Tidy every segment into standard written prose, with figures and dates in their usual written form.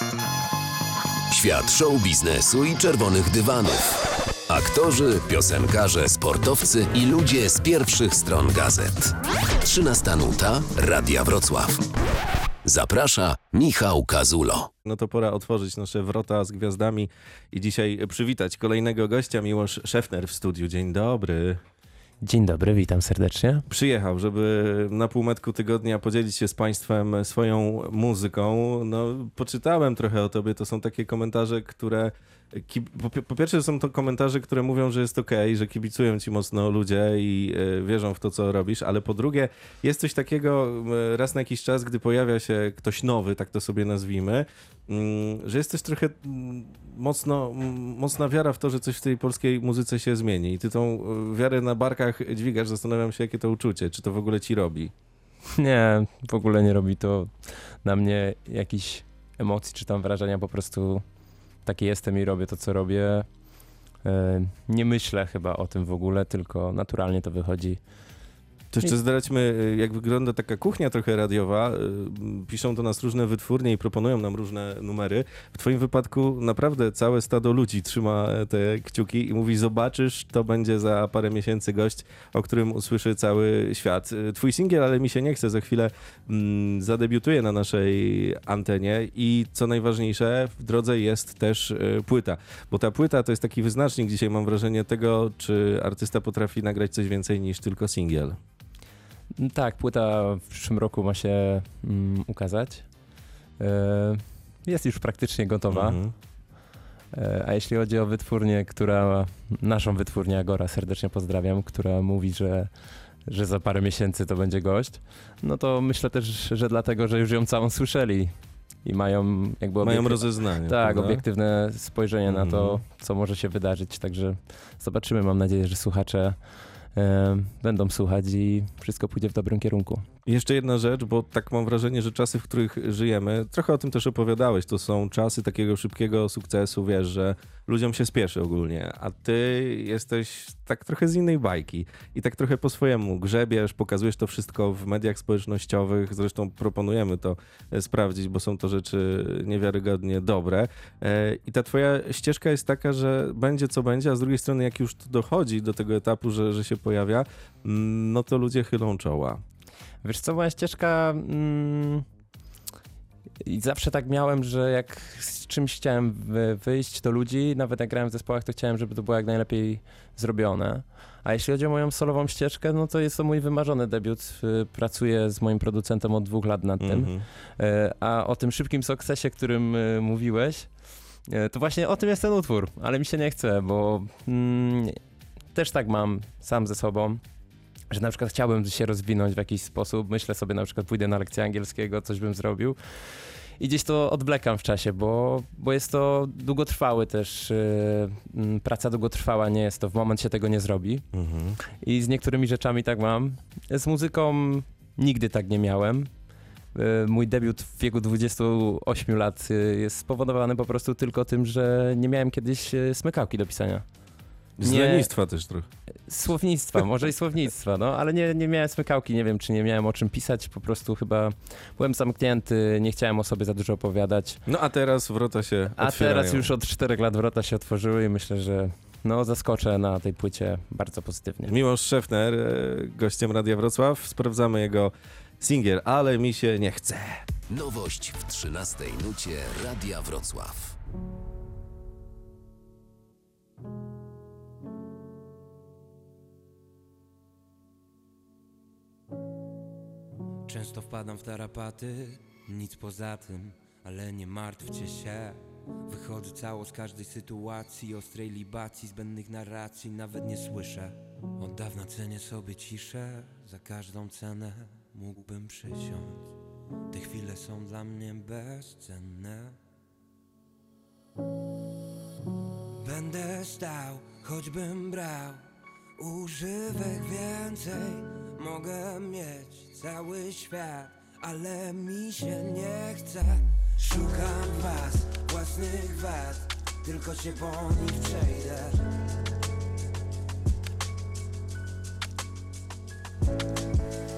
Świat show biznesu i czerwonych dywanów. Aktorzy, piosenkarze, sportowcy i ludzie z pierwszych stron gazet. 13 nuta Radia Wrocław. Zaprasza Michał Kazulo. No to pora otworzyć nasze wrota z gwiazdami i dzisiaj przywitać kolejnego gościa, Miłosz Szefner w studiu. Dzień dobry. Dzień dobry, witam serdecznie. Przyjechał, żeby na półmetku tygodnia podzielić się z Państwem swoją muzyką. No, poczytałem trochę o tobie, to są takie komentarze, które... Po pierwsze są to komentarze, które mówią, że jest okej, że kibicują ci mocno ludzie i wierzą w to, co robisz, ale po drugie jest coś takiego raz na jakiś czas, gdy pojawia się ktoś nowy, tak to sobie nazwijmy, że jest też trochę mocna wiara w to, że coś w tej polskiej muzyce się zmieni i ty tą wiarę na barkach dźwigasz. Zastanawiam się, jakie to uczucie, czy to w ogóle ci robi? Nie, w ogóle nie robi to na mnie jakichś emocji czy tam wrażenia, po prostu taki jestem i robię to, co robię. Nie myślę chyba o tym w ogóle, tylko naturalnie to wychodzi. To jeszcze zdradźmy, jak wygląda taka kuchnia trochę radiowa. Piszą do nas różne wytwórnie i proponują nam różne numery. W twoim wypadku naprawdę całe stado ludzi trzyma te kciuki i mówi: zobaczysz, to będzie za parę miesięcy gość, o którym usłyszy cały świat. Twój singiel Ale mi się nie chce za chwilę zadebiutuje na naszej antenie i co najważniejsze, w drodze jest też płyta. Bo ta płyta to jest taki wyznacznik dzisiaj, mam wrażenie, tego, czy artysta potrafi nagrać coś więcej niż tylko singiel. Tak, płyta w przyszłym roku ma się ukazać. Jest już praktycznie gotowa. A jeśli chodzi o wytwórnię, naszą wytwórnię Agora, serdecznie pozdrawiam, która mówi, że za parę miesięcy to będzie gość, no to myślę też, że dlatego, że już ją całą słyszeli i mają jakby rozeznanie. Tak, prawda? obiektywne spojrzenie na to, co może się wydarzyć. Także zobaczymy, mam nadzieję, że słuchacze będą słuchać i wszystko pójdzie w dobrym kierunku. I jeszcze jedna rzecz, bo tak mam wrażenie, że czasy, w których żyjemy, trochę o tym też opowiadałeś, to są czasy takiego szybkiego sukcesu, wiesz, że ludziom się spieszy ogólnie, a ty jesteś tak trochę z innej bajki i tak trochę po swojemu grzebiesz, pokazujesz to wszystko w mediach społecznościowych, zresztą proponujemy to sprawdzić, bo są to rzeczy niewiarygodnie dobre i ta twoja ścieżka jest taka, że będzie co będzie, a z drugiej strony jak już to dochodzi do tego etapu, że się pojawia, no to ludzie chylą czoła. Wiesz co, moja ścieżka i zawsze tak miałem, że jak z czymś chciałem wyjść do ludzi, nawet jak grałem w zespołach, to chciałem, żeby to było jak najlepiej zrobione. A jeśli chodzi o moją solową ścieżkę, no to jest to mój wymarzony debiut. Pracuję z moim producentem od 2 lat nad tym. A o tym szybkim sukcesie, którym mówiłeś, to właśnie o tym jest ten utwór, ale mi się nie chce, bo też tak mam sam ze sobą, że na przykład chciałbym się rozwinąć w jakiś sposób, myślę sobie, na przykład pójdę na lekcję angielskiego, coś bym zrobił i gdzieś to odwlekam w czasie, bo jest to długotrwały też, praca długotrwała, nie jest to, w moment się tego nie zrobi i z niektórymi rzeczami tak mam. Z muzyką nigdy tak nie miałem. Mój debiut w wieku 28 lat jest spowodowany po prostu tylko tym, że nie miałem kiedyś smykałki do pisania. Z lenistwa też trochę. Słownictwa, może i słownictwa, no, ale nie miałem smykałki, nie wiem, czy nie miałem o czym pisać, po prostu chyba byłem zamknięty, nie chciałem o sobie za dużo opowiadać. No a teraz wrota się otwierają. A teraz już od 4 lat wrota się otworzyły i myślę, że zaskoczę na tej płycie bardzo pozytywnie. Miłosz Szefner, gościem Radia Wrocław. Sprawdzamy jego singiel Ale mi się nie chce. Nowość w 13 nucie Radia Wrocław. Często wpadam w tarapaty, nic poza tym, ale nie martwcie się. Wychodzę cało z każdej sytuacji, ostrej libacji, zbędnych narracji nawet nie słyszę. Od dawna cenię sobie ciszę, za każdą cenę mógłbym przysiąc. Te chwile są dla mnie bezcenne. Będę stał, choćbym brał używek więcej. Mogę mieć cały świat, ale mi się nie chce. Szukam was, własnych wad, tylko się po nich przejdę.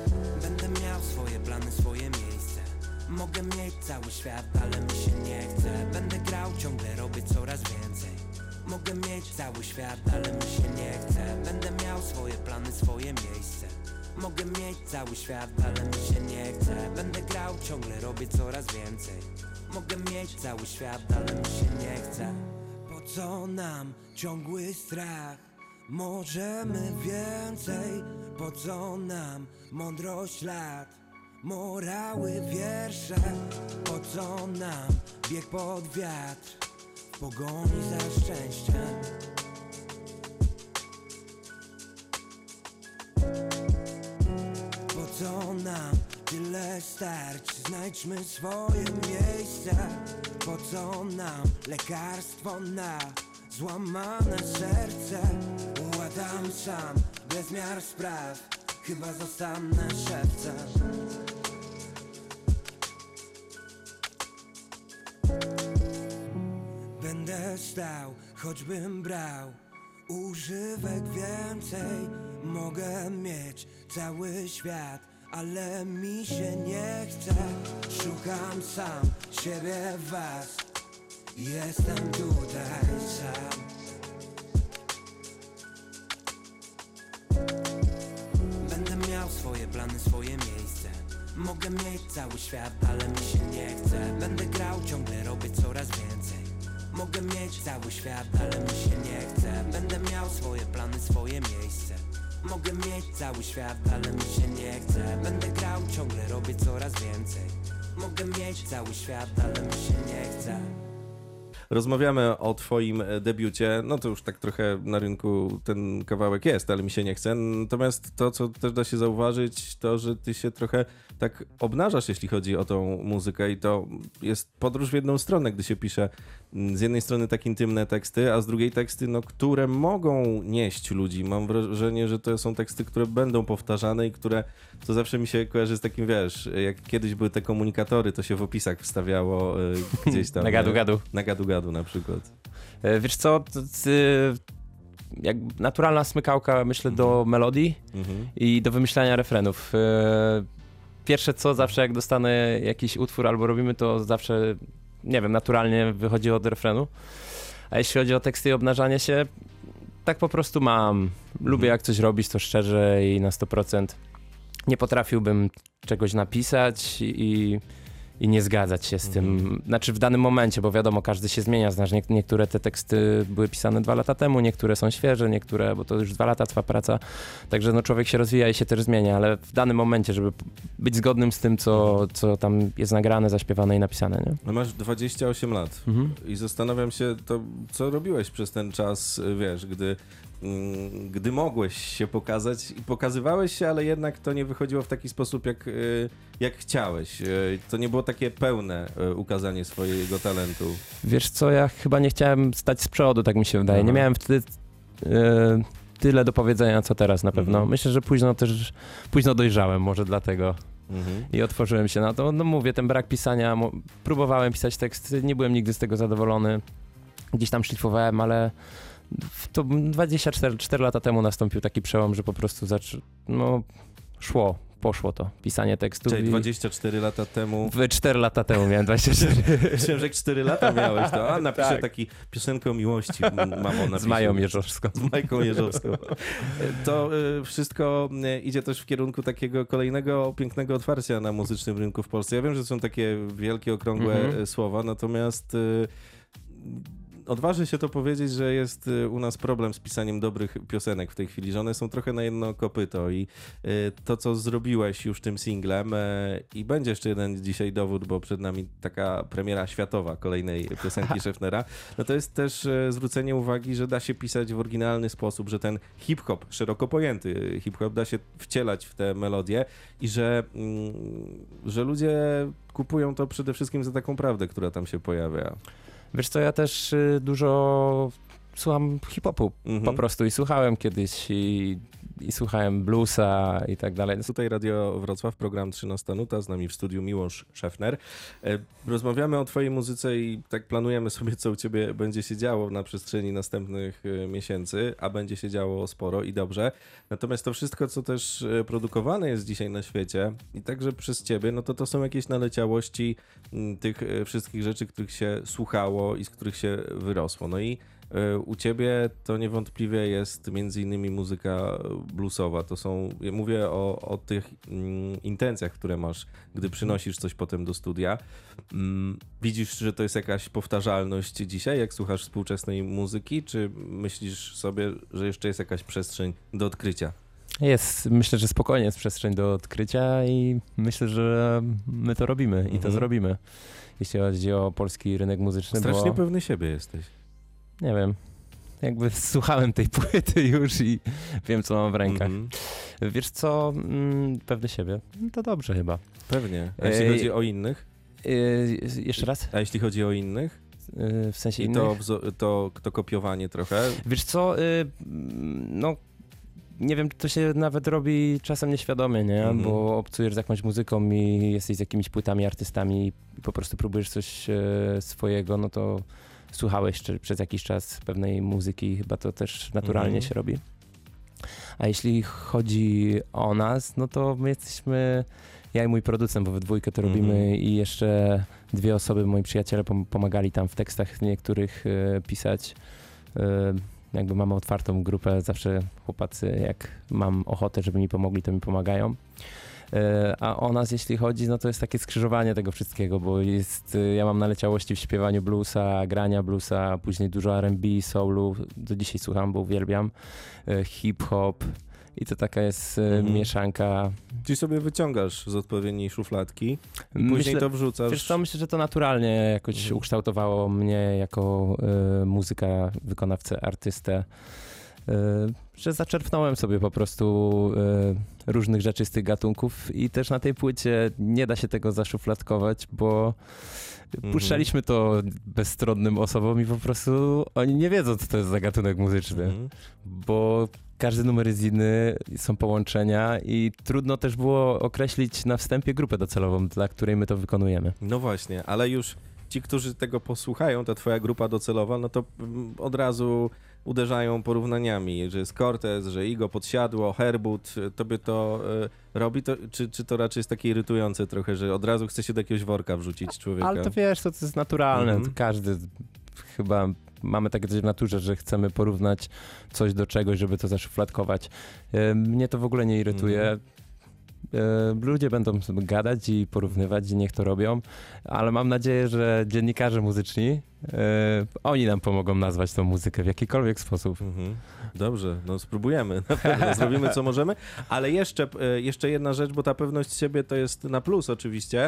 Będę miał swoje plany, swoje miejsce. Mogę mieć cały świat, ale mi się nie chce. chcę. Będę grał, ciągle robię coraz więcej. Mogę mieć cały świat, ale mi się nie chce. Będę miał swoje plany, swoje miejsce. Mogę mieć cały świat, ale mi się nie chce. Będę grał, ciągle robię coraz więcej. Mogę mieć cały świat, ale mi się nie chce. Po co nam ciągły strach? Możemy więcej. Po co nam mądrość lat? Morały, wiersze. Po co nam bieg pod wiatr? W pogoni za szczęściem. Po co nam tyle starć? Znajdźmy swoje miejsce. Po co nam lekarstwo na złamane serce? Układam sam, bez miar spraw. Chyba zostanę szewcem. Będę stał, choćbym brał używek więcej. Mogę mieć cały świat, ale mi się nie chce. Szukam sam siebie w was. Jestem tutaj sam. Będę miał swoje plany, swoje miejsce. Mogę mieć cały świat, ale mi się nie chce. Będę grał, ciągle robię coraz więcej. Mogę mieć cały świat, ale mi się nie chce. Będę miał swoje plany, swoje miejsce. Mogę mieć cały świat, ale mi się nie chce. Będę grał, ciągle robię coraz więcej. Mogę mieć cały świat, ale mi się nie chce. Rozmawiamy o twoim debiucie, no to już tak trochę na rynku ten kawałek jest, ale mi się nie chce. Natomiast to, co też da się zauważyć, to, że ty się trochę tak obnażasz, jeśli chodzi o tą muzykę i to jest podróż w jedną stronę, gdy się pisze z jednej strony tak intymne teksty, a z drugiej teksty, no, które mogą nieść ludzi. Mam wrażenie, że to są teksty, które będą powtarzane i które, to zawsze mi się kojarzy z takim, wiesz, jak kiedyś były te komunikatory, to się w opisach wstawiało gdzieś tam. Na gadu-gadu. Na gadu-gadu na przykład. Wiesz co, jak naturalna smykałka, myślę, do melodii i do wymyślania refrenów. Pierwsze co, zawsze jak dostanę jakiś utwór albo robimy, to zawsze, nie wiem, naturalnie wychodzi od refrenu. A jeśli chodzi o teksty i obnażanie się, tak po prostu mam. Lubię jak coś robić, to szczerze i na 100%. Nie potrafiłbym czegoś napisać i nie zgadzać się z tym. Znaczy w danym momencie, bo wiadomo, każdy się zmienia. Znasz, niektóre te teksty były pisane 2 lata temu, niektóre są świeże, niektóre, bo to już 2 lata trwa praca. Także no, człowiek się rozwija i się też zmienia, ale w danym momencie, żeby być zgodnym z tym, co tam jest nagrane, zaśpiewane i napisane. Nie? No masz 28 lat i zastanawiam się, to co robiłeś przez ten czas, wiesz, gdy mogłeś się pokazać i pokazywałeś się, ale jednak to nie wychodziło w taki sposób, jak chciałeś. To nie było takie pełne ukazanie swojego talentu. Wiesz co, ja chyba nie chciałem stać z przodu, tak mi się wydaje. Nie miałem wtedy tyle do powiedzenia, co teraz na pewno. Myślę, że późno dojrzałem, może dlatego. I otworzyłem się na to. No mówię, ten brak pisania, próbowałem pisać tekst, nie byłem nigdy z tego zadowolony. Gdzieś tam szlifowałem, ale to 24 lata temu nastąpił taki przełom, że po prostu poszło to, pisanie tekstów. Czyli 24 lata temu... 4 lata temu miałem 24. Myślałem, że jak 4 lata miałeś, to napiszę tak. taki piosenkę o miłości. Mamo, Z Mają Jeżowską. Z Majką Jeżowską. To wszystko idzie też w kierunku takiego kolejnego pięknego otwarcia na muzycznym rynku w Polsce. Ja wiem, że to są takie wielkie, okrągłe słowa, natomiast... Odważę się to powiedzieć, że jest u nas problem z pisaniem dobrych piosenek w tej chwili, że one są trochę na jedno kopyto i to, co zrobiłeś już tym singlem i będzie jeszcze jeden dzisiaj dowód, bo przed nami taka premiera światowa kolejnej piosenki Schaeffnera, no to jest też zwrócenie uwagi, że da się pisać w oryginalny sposób, że ten hip-hop, szeroko pojęty hip-hop da się wcielać w te melodie i że ludzie kupują to przede wszystkim za taką prawdę, która tam się pojawia. Wiesz co, ja też dużo słucham hip-hopu po prostu i słuchałem kiedyś i słuchałem bluesa i tak dalej. Tutaj Radio Wrocław, program 13 Nuta, z nami w studiu Miłosz Szefner. Rozmawiamy o twojej muzyce i tak planujemy sobie, co u ciebie będzie się działo na przestrzeni następnych miesięcy, a będzie się działo sporo i dobrze. Natomiast to wszystko, co też produkowane jest dzisiaj na świecie i także przez ciebie, no to są jakieś naleciałości tych wszystkich rzeczy, których się słuchało i z których się wyrosło. No i u ciebie to niewątpliwie jest między innymi muzyka bluesowa. To są, ja mówię o tych intencjach, które masz, gdy przynosisz coś potem do studia. Widzisz, że to jest jakaś powtarzalność dzisiaj, jak słuchasz współczesnej muzyki, czy myślisz sobie, że jeszcze jest jakaś przestrzeń do odkrycia? Myślę, że spokojnie jest przestrzeń do odkrycia i myślę, że my to robimy i to zrobimy, jeśli chodzi o polski rynek muzyczny. Strasznie pewny siebie jesteś. Nie wiem, jakby słuchałem tej płyty już i wiem, co mam w rękach. Wiesz co, pewny siebie, to dobrze chyba. Pewnie. A jeśli chodzi o innych? Jeszcze raz? A jeśli chodzi o innych? W sensie I innych? to kopiowanie trochę? Wiesz co, no nie wiem, to się nawet robi czasem nieświadomie, nie? Bo obcujesz z jakąś muzyką i jesteś z jakimiś płytami, artystami i po prostu próbujesz coś swojego, no to słuchałeś przez jakiś czas pewnej muzyki, chyba to też naturalnie się robi. A jeśli chodzi o nas, no to my jesteśmy, ja i mój producent, bo we dwójkę to robimy i jeszcze 2 osoby, moi przyjaciele pomagali tam w tekstach niektórych pisać. Jakby mamy otwartą grupę, zawsze chłopacy, jak mam ochotę, żeby mi pomogli, to mi pomagają. A o nas, jeśli chodzi, no to jest takie skrzyżowanie tego wszystkiego, bo ja mam naleciałości w śpiewaniu bluesa, grania bluesa, później dużo R&B, soulu, do dzisiaj słucham, bo uwielbiam, hip-hop i to taka jest mieszanka. Czyli sobie wyciągasz z odpowiedniej szufladki i później to wrzucasz. Wiesz co, myślę, że to naturalnie jakoś ukształtowało mnie jako muzyka, wykonawcę, artystę. Że zaczerpnąłem sobie po prostu różnych rzeczy z tych gatunków i też na tej płycie nie da się tego zaszufladkować, bo puszczaliśmy to bezstronnym osobom i po prostu oni nie wiedzą, co to jest za gatunek muzyczny, bo każdy numer jest inny, są połączenia i trudno też było określić na wstępie grupę docelową, dla której my to wykonujemy. No właśnie, ale już ci, którzy tego posłuchają, ta twoja grupa docelowa, no to od razu uderzają porównaniami, że jest Cortez, że Igo, Podsiadło, Herbut, tobie to robi, to, czy to raczej jest takie irytujące trochę, że od razu chce się do jakiegoś worka wrzucić człowieka? Ale to wiesz, to jest naturalne, to każdy chyba mamy takie coś w naturze, że chcemy porównać coś do czegoś, żeby to zaszufladkować. Mnie to w ogóle nie irytuje. Ludzie będą sobie gadać i porównywać i niech to robią, ale mam nadzieję, że dziennikarze muzyczni, oni nam pomogą nazwać tą muzykę w jakikolwiek sposób. Dobrze, no spróbujemy, na pewno zrobimy co możemy, ale jeszcze jedna rzecz, bo ta pewność siebie to jest na plus oczywiście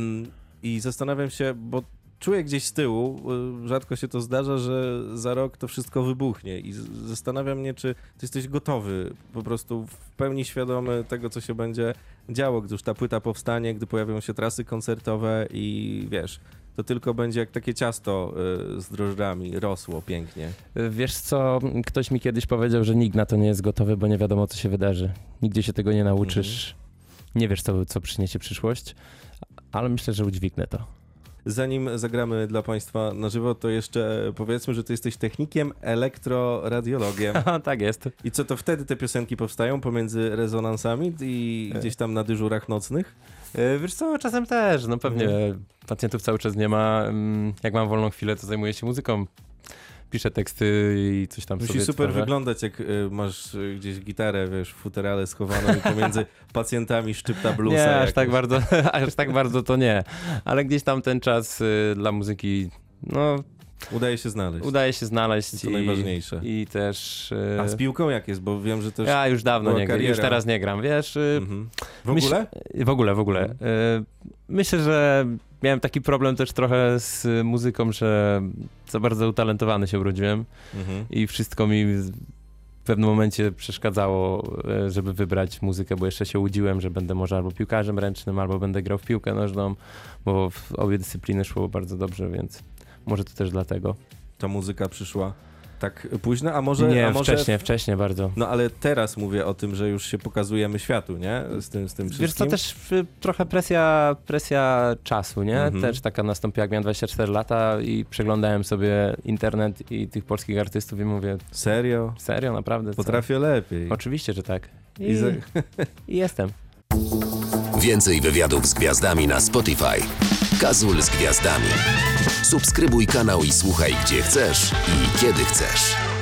i zastanawiam się, bo czuję gdzieś z tyłu, rzadko się to zdarza, że za rok to wszystko wybuchnie i zastanawiam mnie, czy ty jesteś gotowy, po prostu w pełni świadomy tego, co się będzie działo, gdy już ta płyta powstanie, gdy pojawią się trasy koncertowe i wiesz, to tylko będzie jak takie ciasto z drożdżami, rosło pięknie. Wiesz co, ktoś mi kiedyś powiedział, że nikt na to nie jest gotowy, bo nie wiadomo, co się wydarzy. Nigdzie się tego nie nauczysz, nie wiesz, co przyniesie przyszłość, ale myślę, że udźwignę to. Zanim zagramy dla Państwa na żywo, to jeszcze powiedzmy, że ty jesteś technikiem, elektroradiologiem. Tak jest. I co, to wtedy te piosenki powstają pomiędzy rezonansami i gdzieś tam na dyżurach nocnych? Wiesz co, czasem też, no pewnie pacjentów cały czas nie ma. Jak mam wolną chwilę, to zajmuję się muzyką. Piszę teksty i coś tam Musi sobie super tworzę. wyglądać, jak masz gdzieś gitarę, wiesz, w futerale schowaną i pomiędzy pacjentami szczypta bluesa. Nie, jakoś. aż tak bardzo to nie. Ale gdzieś tam ten czas dla muzyki, no... Udaje się znaleźć. Udaje się znaleźć. I to najważniejsze. I też... A z piłką jak jest? Bo wiem, że też Ja już dawno była nie gram, kariera. już teraz nie gram, wiesz? W ogóle? W ogóle. Myślę, że miałem taki problem też trochę z muzyką, że za bardzo utalentowany się urodziłem i wszystko mi w pewnym momencie przeszkadzało, żeby wybrać muzykę, bo jeszcze się łudziłem, że będę może albo piłkarzem ręcznym, albo będę grał w piłkę nożną, bo w obie dyscypliny szło bardzo dobrze, więc może to też dlatego. Ta muzyka przyszła Tak późno? A może... Nie, a może... wcześniej bardzo. No ale teraz mówię o tym, że już się pokazujemy światu, nie? Z tym wszystkim. Wiesz co, też trochę presja czasu, nie? Też taka nastąpiła, jak miałem 24 lata i przeglądałem sobie internet i tych polskich artystów i mówię... Serio? Serio, naprawdę? Potrafię lepiej. Oczywiście, że tak. I jestem. Więcej wywiadów z gwiazdami na Spotify. Kazul z gwiazdami. Subskrybuj kanał i słuchaj gdzie chcesz i kiedy chcesz.